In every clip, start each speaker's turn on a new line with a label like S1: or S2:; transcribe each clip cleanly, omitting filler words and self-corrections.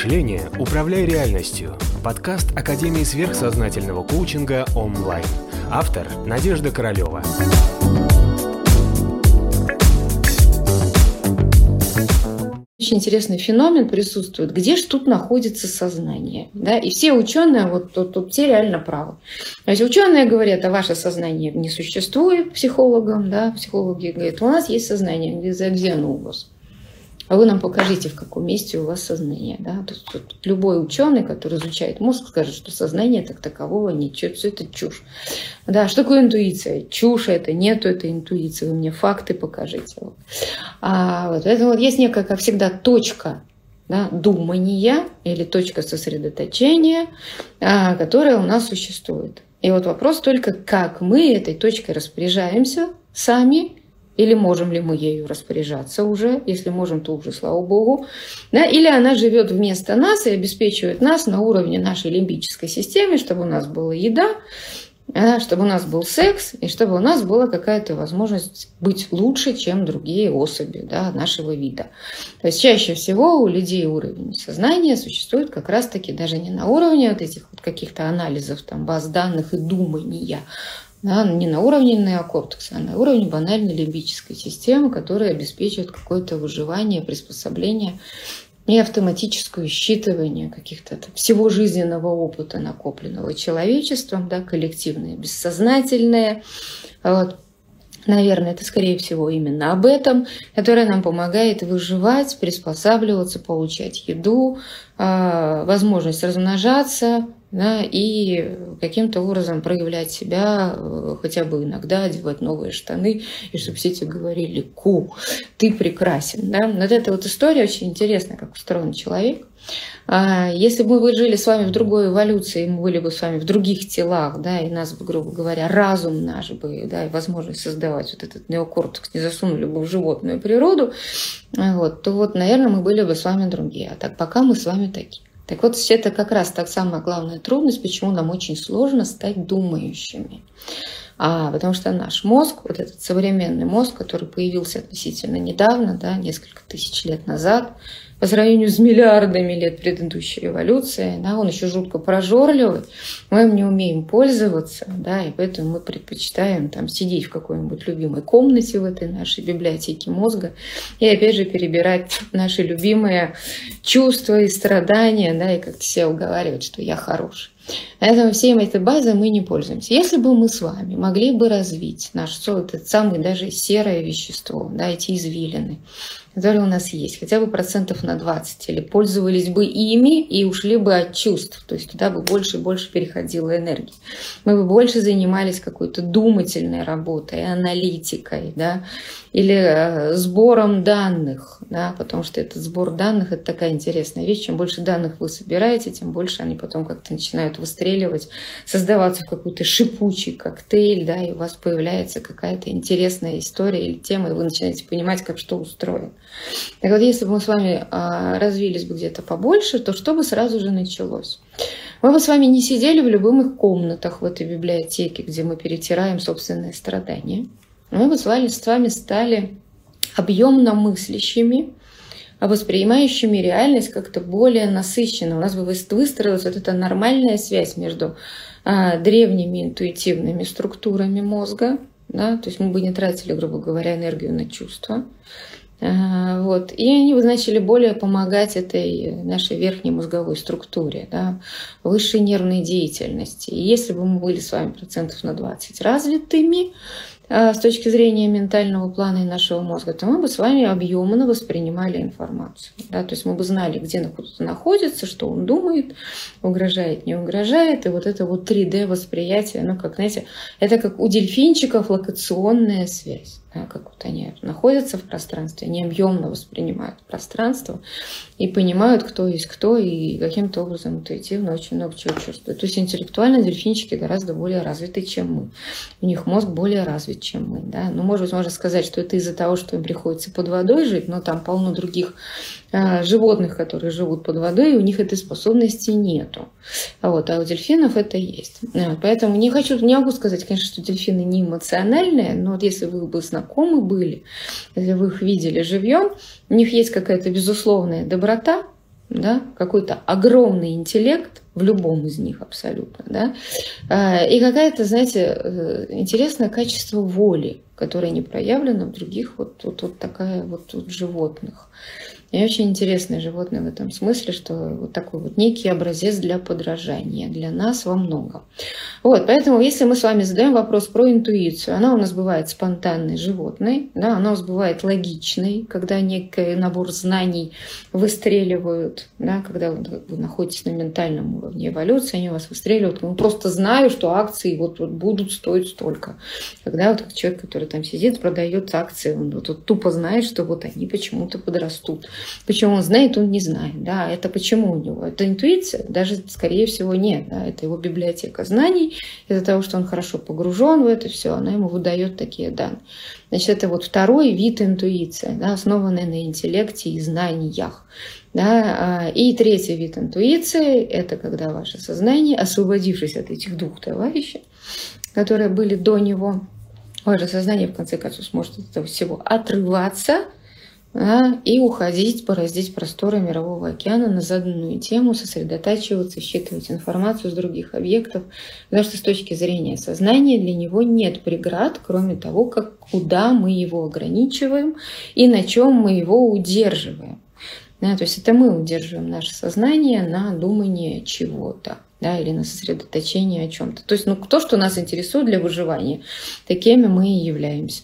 S1: мышления «Управляй реальностью». Подкаст Академии сверхсознательного коучинга онлайн. Автор Надежда Королева.
S2: Очень интересный феномен присутствует. Где же тут находится сознание? Да? И все ученые, вот тут все реально правы. То есть ученые говорят, а ваше сознание не существует психологам. Да? Психологи говорят, у нас есть сознание. Где оно у вас? А вы нам покажите, в каком месте у вас сознание. Да? Тут любой ученый, который изучает мозг, скажет, что сознание так такового нет. Все это чушь. Да, что такое интуиция? Чушь это, нету этой интуиции. Вы мне факты покажите. Поэтому есть некая, как всегда, точка, да, думания или точка сосредоточения, которая у нас существует. И вот вопрос только, как мы этой точкой распоряжаемся сами, или можем ли мы ею распоряжаться уже, если можем, то уже, слава богу. Да? Или она живет вместо нас и обеспечивает нас на уровне нашей лимбической системы, чтобы у нас была еда, чтобы у нас был секс, и чтобы у нас была какая-то возможность быть лучше, чем другие особи, да, нашего вида. То есть чаще всего у людей уровень сознания существует как раз-таки даже не на уровне вот этих вот каких-то анализов, там, баз данных и думания, да, не на уровне неокортекса, а на уровне банальной лимбической системы, которая обеспечивает какое-то выживание, приспособление и автоматическое считывание каких-то всего жизненного опыта, накопленного человечеством, да, коллективное, бессознательное. Вот. Наверное, это, скорее всего, именно об этом, которое нам помогает выживать, приспосабливаться, получать еду, возможность размножаться, да, и каким-то образом проявлять себя, хотя бы иногда одевать новые штаны, и чтобы все тебе говорили: «Ку, ты прекрасен». Да? Вот эта вот история очень интересная, как устроен человек. Если бы мы жили с вами в другой эволюции, мы были бы с вами в других телах, да, и нас бы, грубо говоря, разум наш бы, да, и возможность создавать вот этот неокортекс не засунули бы в животную природу, вот, то вот, наверное, мы были бы с вами другие. А так пока мы с вами такие. Так вот, это как раз так самая главная трудность, почему нам очень сложно стать думающими. Потому что наш мозг, вот этот современный мозг, который появился относительно недавно, да, несколько тысяч лет назад, по сравнению с миллиардами лет предыдущей эволюции, да, он еще жутко прожорливый, мы им не умеем пользоваться, да, и поэтому мы предпочитаем там сидеть в какой-нибудь любимой комнате в этой нашей библиотеке мозга и опять же перебирать наши любимые чувства и страдания, да, и как-то себя уговаривать, что я хороший. Поэтому всей этой базой мы не пользуемся. Если бы мы с вами могли бы развить наше это самое даже серое вещество, да, эти извилины, которые у нас есть, хотя бы процентов на 20, или пользовались бы ими и ушли бы от чувств, то есть туда бы больше и больше переходила энергия. Мы бы больше занимались какой-то думательной работой, аналитикой, да, или сбором данных, да, потому что этот сбор данных – это такая интересная вещь. Чем больше данных вы собираете, тем больше они потом как-то начинают выстреливать, создаваться в какой-то шипучий коктейль, да, и у вас появляется какая-то интересная история или тема, и вы начинаете понимать, как что устроено. Так вот, если бы мы с вами развились бы где-то побольше, то что бы сразу же началось? Мы бы с вами не сидели в любых комнатах в этой библиотеке, где мы перетираем собственные страдания. Мы бы с вами стали объемно мыслящими, воспринимающими реальность как-то более насыщенно. У нас бы выстроилась вот эта нормальная связь между древними интуитивными структурами мозга, да, то есть мы бы не тратили, грубо говоря, энергию на чувства. Вот. И они бы начали более помогать этой нашей верхней мозговой структуре, да, высшей нервной деятельности. И если бы мы были с вами процентов на 20 развитыми, с точки зрения ментального плана и нашего мозга, то мы бы с вами объемно воспринимали информацию. Да? То есть мы бы знали, где кто-то находится, что он думает, угрожает, не угрожает. И вот это вот 3D-восприятие, ну, как, знаете, это как у дельфинчиков локационная связь. Да? Как вот они находятся в пространстве, они объемно воспринимают пространство и понимают, кто есть кто, и каким-то образом интуитивно очень много чего чувствуют. То есть интеллектуально дельфинчики гораздо более развиты, чем мы. У них мозг более развит, чем мы. Да? Ну, может быть, можно сказать, что это из-за того, что им приходится под водой жить, но там полно других животных, которые живут под водой, и у них этой способности нету. Вот, а у дельфинов это есть. Поэтому не могу сказать, конечно, что дельфины не эмоциональные, но вот если вы бы знакомы были, если вы их видели живьем, у них есть какая-то безусловная доброта, да, какой-то огромный интеллект в любом из них абсолютно, да, и какая-то, знаете, интересное качество воли, которое не проявлено в других вот такая вот животных. И очень интересное животное в этом смысле, что вот такой вот некий образец для подражания для нас во многом. Вот, поэтому если мы с вами задаем вопрос про интуицию, она у нас бывает спонтанной, животной, да, она у нас бывает логичной, когда некий набор знаний выстреливают, да, когда вы находитесь на ментальном уровне эволюции, они у вас выстреливают, ну, просто знаю, что акции вот будут стоить столько. Когда вот человек, который там сидит, продает акции, он вот тупо знает, что вот они почему-то подрастут. Почему он знает, он не знает. Да? Это почему у него? Это интуиция? Даже, скорее всего, нет. Да? Это его библиотека знаний. Из-за того, что он хорошо погружен в это все, она ему выдает такие данные. Значит, это вот второй вид интуиции, да, основанный на интеллекте и знаниях. Да? И третий вид интуиции – это когда ваше сознание, освободившись от этих двух товарищей, которые были до него, ваше сознание, в конце концов, сможет от этого всего отрываться, да, и уходить, бороздить просторы Мирового океана на заданную тему, сосредотачиваться, считывать информацию с других объектов, потому что с точки зрения сознания для него нет преград, кроме того, куда мы его ограничиваем и на чем мы его удерживаем. Да, то есть это мы удерживаем наше сознание на думание чего-то. Да, или на сосредоточение о чем-то. То есть, то, что нас интересует для выживания, такими мы и являемся.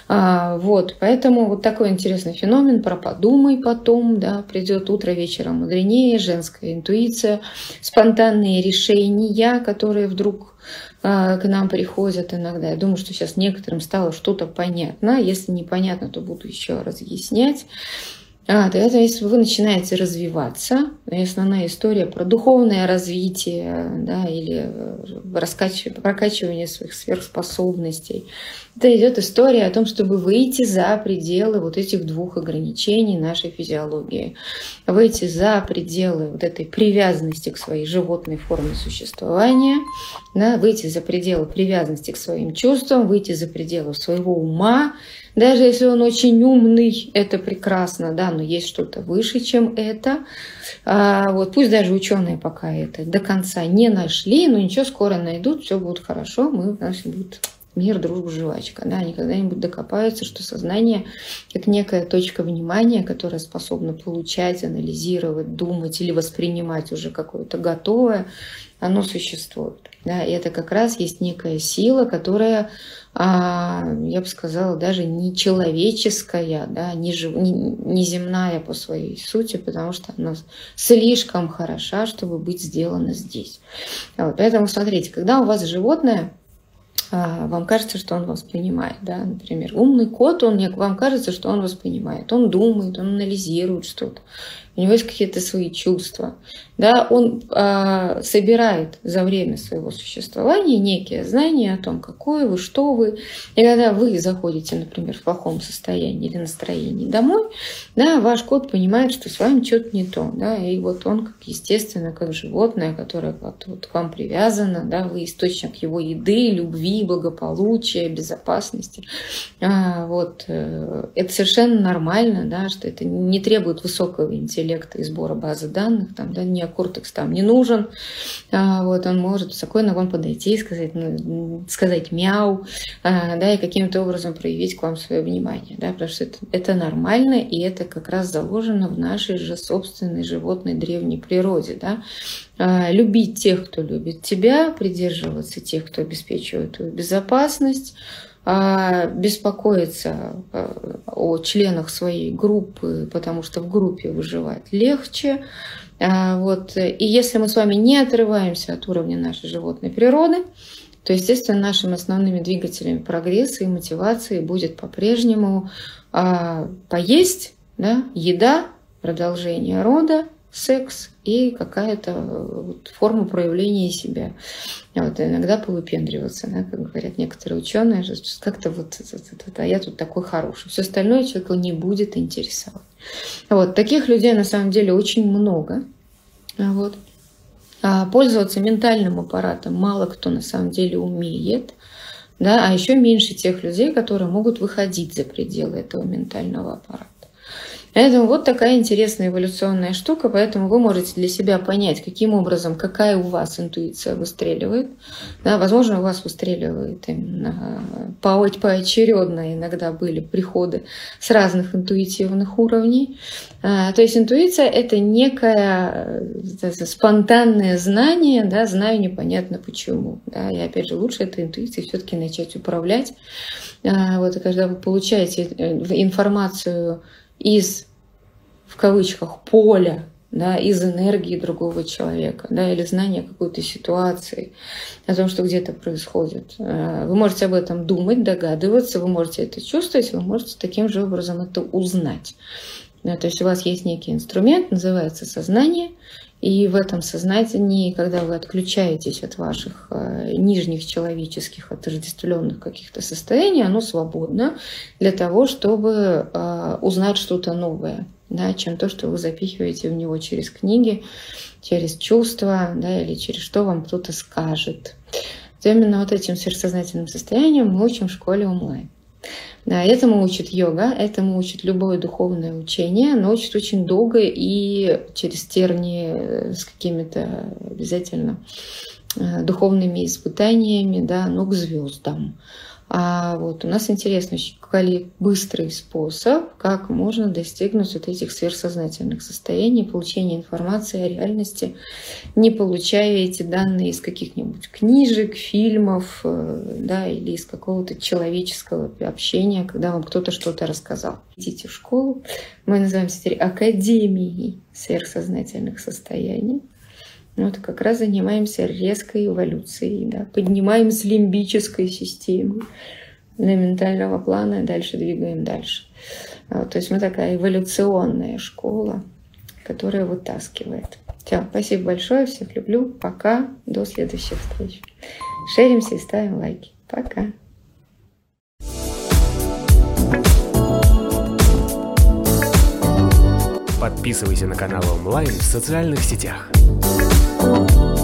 S2: Вот, поэтому вот такой интересный феномен про «подумай потом», да, придет утро вечером мудренее, женская интуиция, спонтанные решения, которые вдруг к нам приходят иногда. Я думаю, что сейчас некоторым стало что-то понятно. Если непонятно, то буду еще разъяснять. Это если вы начинаете развиваться, основная история про духовное развитие, да, или прокачивание своих сверхспособностей. Это идет история о том, чтобы выйти за пределы вот этих двух ограничений нашей физиологии. Выйти за пределы вот этой привязанности к своей животной форме существования, да, выйти за пределы привязанности к своим чувствам, выйти за пределы своего ума. Даже если он очень умный, это прекрасно, да, но есть что-то выше, чем это. Вот пусть даже ученые пока это до конца не нашли, но ничего, скоро найдут, все будет хорошо, у нас будет мир, дружба, жвачка. Да, они когда-нибудь докопаются, что сознание как некая точка внимания, которая способна получать, анализировать, думать или воспринимать уже какое-то готовое, оно существует. Да, и это как раз есть некая сила, которая, я бы сказала, даже не человеческая, да, не земная по своей сути, потому что она слишком хороша, чтобы быть сделана здесь. Вот, поэтому смотрите, когда у вас животное, вам кажется, что он вас понимает. Да? Например, умный кот, вам кажется, что он вас понимает. Он думает, он анализирует что-то. У него есть какие-то свои чувства. Да? Он собирает за время своего существования некие знания о том, какой вы, что вы. И когда вы заходите, например, в плохом состоянии или настроении домой, да, ваш кот понимает, что с вами что-то не то. Да? И вот он, как естественно, как животное, которое вот к вам привязано, да, вы источник его еды, любви, благополучия, безопасности. Вот. Это совершенно нормально, да, что это не требует высокого интеллекта и сбора базы данных, там, да, неокортекс там не нужен. Вот, он может спокойно вам подойти и сказать мяу, да, и каким-то образом проявить к вам свое внимание. Да, потому что это нормально, и это как раз заложено в нашей же собственной животной древней природе. Да. Любить тех, кто любит тебя, придерживаться тех, кто обеспечивает твою безопасность, беспокоиться о членах своей группы, потому что в группе выживать легче. Вот. И если мы с вами не отрываемся от уровня нашей животной природы, то, естественно, нашими основными двигателями прогресса и мотивации будет по-прежнему поесть, да, еда, продолжение рода, секс и какая-то форма проявления себя. Вот, иногда повыпендриваться, да, как говорят некоторые ученые, что как-то а я тут такой хороший. Все остальное человека не будет интересовать. Вот, таких людей на самом деле очень много. Вот. Пользоваться ментальным аппаратом мало кто на самом деле умеет. Да, а еще меньше тех людей, которые могут выходить за пределы этого ментального аппарата. Поэтому вот такая интересная эволюционная штука, поэтому вы можете для себя понять, каким образом, какая у вас интуиция выстреливает. Да, возможно, у вас выстреливает именно поочередно, иногда были приходы с разных интуитивных уровней. То есть интуиция – это некое спонтанное знание, да, знаю непонятно почему. Да, и опять же, лучше этой интуицией все-таки начать управлять. Вот, и когда вы получаете информацию из, в кавычках, поля, да, из энергии другого человека, да, или знания какой-то ситуации, о том, что где-то происходит. Вы можете об этом думать, догадываться, вы можете это чувствовать, вы можете таким же образом это узнать. Да, то есть у вас есть некий инструмент, называется сознание, и в этом сознании, когда вы отключаетесь от ваших нижних человеческих отождествленных каких-то состояний, оно свободно для того, чтобы узнать что-то новое, да, чем то, что вы запихиваете в него через книги, через чувства, да, или через что вам кто-то скажет. Именно вот этим сверхсознательным состоянием мы учим в школе онлайн. Да, этому учит йога, этому учит любое духовное учение, оно учит очень долго и через тернии с какими-то обязательно духовными испытаниями, да, но к звездам. А вот у нас интересный, быстрый способ, как можно достигнуть вот этих сверхсознательных состояний, получения информации о реальности, не получая эти данные из каких-нибудь книжек, фильмов, да, или из какого-то человеческого общения, когда вам кто-то что-то рассказал. Идите в школу, мы называемся теперь Академией сверхсознательных состояний. Вот как раз занимаемся резкой эволюцией, да, поднимаем с лимбической системы на ментального плана и дальше двигаем дальше. Вот, то есть мы такая эволюционная школа, которая вытаскивает. Все, спасибо большое, всех люблю, пока, до следующих встреч. Шеримся и ставим лайки. Пока.
S1: Подписывайся на канал онлайн в социальных сетях.